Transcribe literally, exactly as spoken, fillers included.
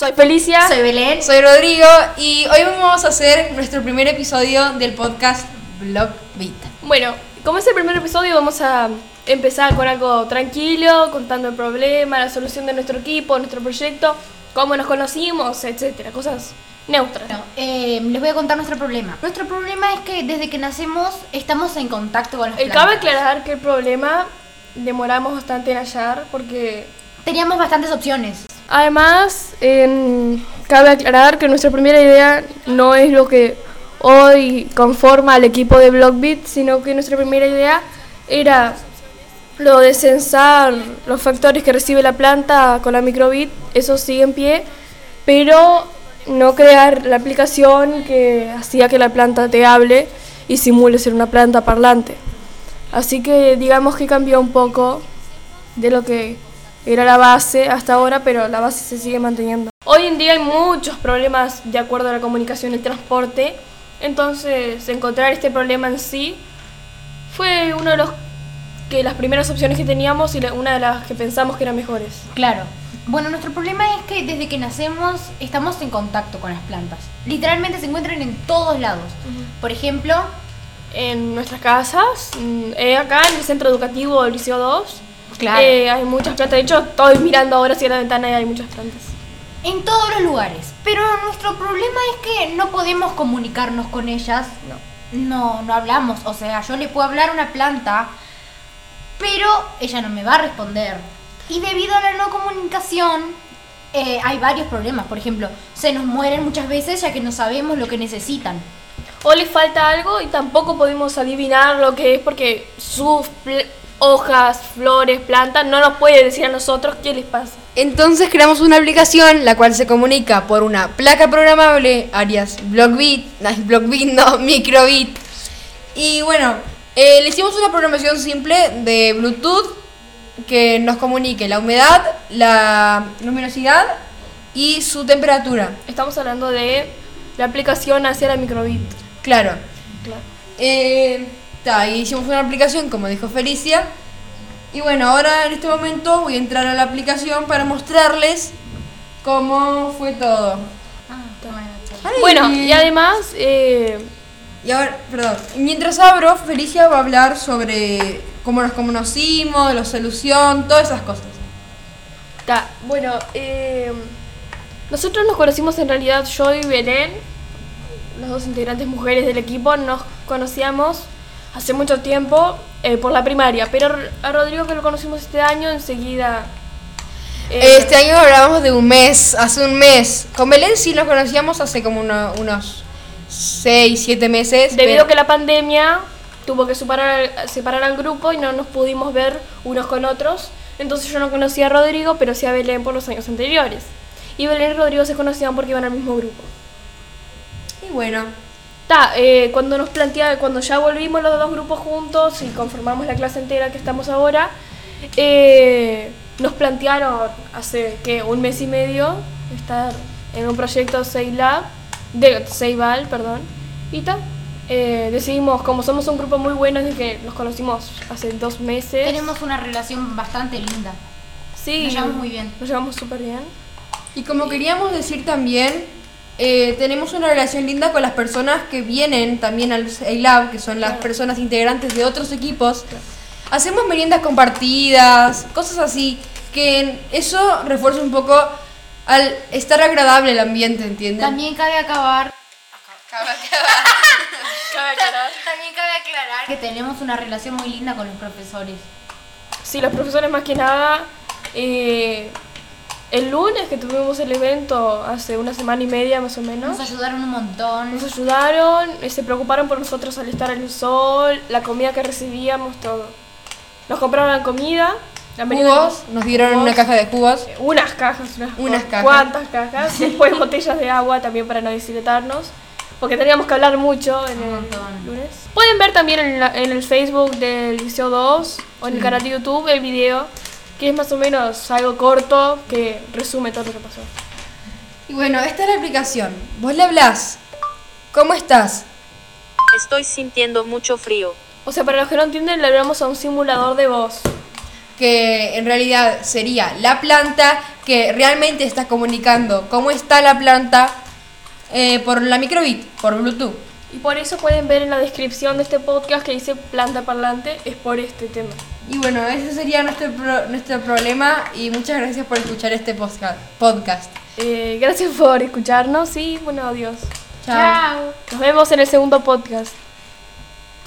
Soy Felicia. Soy Belén. Soy Rodrigo y hoy vamos a hacer nuestro primer episodio del podcast Blockbeat. Bueno, como es el primer episodio vamos a empezar con algo tranquilo, contando el problema, la solución de nuestro equipo, nuestro proyecto, cómo nos conocimos, etcétera, cosas neutras. No, eh, les voy a contar nuestro problema. Nuestro problema es que desde que nacemos estamos en contacto con las Eh, plantas. cabe aclarar que el problema demoramos bastante en hallar porque... Teníamos bastantes opciones. Además, eh, cabe aclarar que nuestra primera idea no es lo que hoy conforma al equipo de Blockbeat, sino que nuestra primera idea era lo de censar los factores que recibe la planta con la microbit. Eso sigue en pie, pero no crear la aplicación que hacía que la planta te hable y simule ser una planta parlante. Así que digamos que cambió un poco de lo que era la base hasta ahora, pero la base se sigue manteniendo. Hoy en día hay muchos problemas de acuerdo a la comunicación y el transporte, entonces encontrar este problema en sí fue uno de los que las primeras opciones que teníamos y la, una de las que pensamos que eran mejores. Claro. Bueno, nuestro problema es que desde que nacemos estamos en contacto con las plantas. Literalmente se encuentran en todos lados. Uh-huh. Por ejemplo, en nuestras casas, eh, acá en el centro educativo del Liceo dos, claro. eh, hay muchas plantas. De hecho, estoy mirando ahora hacia la ventana y hay muchas plantas. En todos los lugares. Pero nuestro problema es que no podemos comunicarnos con ellas. No. No, no hablamos. O sea, yo le puedo hablar a una planta, pero ella no me va a responder. Y debido a la no comunicación, eh, hay varios problemas. Por ejemplo, se nos mueren muchas veces ya que no sabemos lo que necesitan. O les falta algo y tampoco podemos adivinar lo que es porque sus pl- hojas, flores, plantas no nos puede decir a nosotros qué les pasa. Entonces creamos una aplicación la cual se comunica por una placa programable, alias Blockbeat, no, Blockbeat no, Microbit. Y bueno, eh, le hicimos una programación simple de Bluetooth que nos comunique la humedad, la luminosidad y su temperatura. Estamos hablando de la aplicación hacia la microbit. Claro. Claro. Eh, ta, y hicimos una aplicación, como dijo Felicia. Y bueno, ahora en este momento voy a entrar a la aplicación para mostrarles cómo fue todo. Ah, Ay. Bueno, y además, eh, Y ahora, perdón, mientras abro, Felicia va a hablar sobre cómo nos conocimos, la solución, todas esas cosas. ta, bueno, eh, nosotros nos conocimos en realidad, yo y Belén, las dos integrantes mujeres del equipo, nos conocíamos hace mucho tiempo eh, por la primaria, pero a Rodrigo, que lo conocimos este año, enseguida... eh, Este año hablábamos de un mes, hace un mes. Con Belén sí nos conocíamos hace como uno- unos seis, siete meses. Debido pero- a que la pandemia tuvo que separar, separar al grupo y no nos pudimos ver unos con otros, entonces yo no conocía a Rodrigo, pero sí a Belén por los años anteriores. Y Belén y Rodrigo se conocían porque iban al mismo grupo. Y bueno, Ta, eh, cuando nos plantea, cuando ya volvimos los dos grupos juntos y conformamos la clase entera que estamos ahora, eh, nos plantearon hace que un mes y medio estar en un proyecto Seilab, de Ceibal, perdón, y ta, eh, decidimos, como somos un grupo muy bueno desde que nos conocimos hace dos meses. tenemos una relación bastante linda. Sí, nos llevamos muy bien. Nos llevamos súper bien. y como queríamos decir también, eh, tenemos una relación linda con las personas que vienen también al Seilab, que son las Claro. personas integrantes de otros equipos. Hacemos meriendas compartidas, cosas así, que eso refuerza un poco al estar agradable el ambiente, ¿entienden? También cabe acabar... Cabe acabar. Cabe aclarar. También cabe aclarar que tenemos una relación muy linda con los profesores. Sí, los profesores más que nada, eh, el lunes que tuvimos el evento, hace una semana y media más o menos, Nos ayudaron un montón. nos ayudaron, eh, se preocuparon por nosotros al estar en el sol, la comida que recibíamos, todo. Nos compraron la comida, la merienda- Jugos, nos dieron jugos, una caja de jugos. unas cajas, unas, Unas cajas. cuantas cajas, después botellas de agua también para no deshidratarnos, porque teníamos que hablar mucho en Un el montón. lunes. Pueden ver también en, la- en el Facebook del Liceo dos o en el canal de YouTube el video, que es más o menos algo corto que resume todo lo que pasó. Y bueno, esta es la aplicación. Vos le hablás. ¿Cómo estás? Estoy sintiendo mucho frío. O sea, para los que no entienden, le hablamos a un simulador de voz. Que en realidad sería la planta que realmente estás comunicando cómo está la planta eh, por la microbit, por Bluetooth. Y por eso pueden ver en la descripción de este podcast que dice planta parlante, es por este tema. Y bueno, ese sería nuestro, pro- nuestro problema y muchas gracias por escuchar este posca- podcast. Eh, gracias por escucharnos y bueno, adiós. Chao. Chao. Nos vemos en el segundo podcast.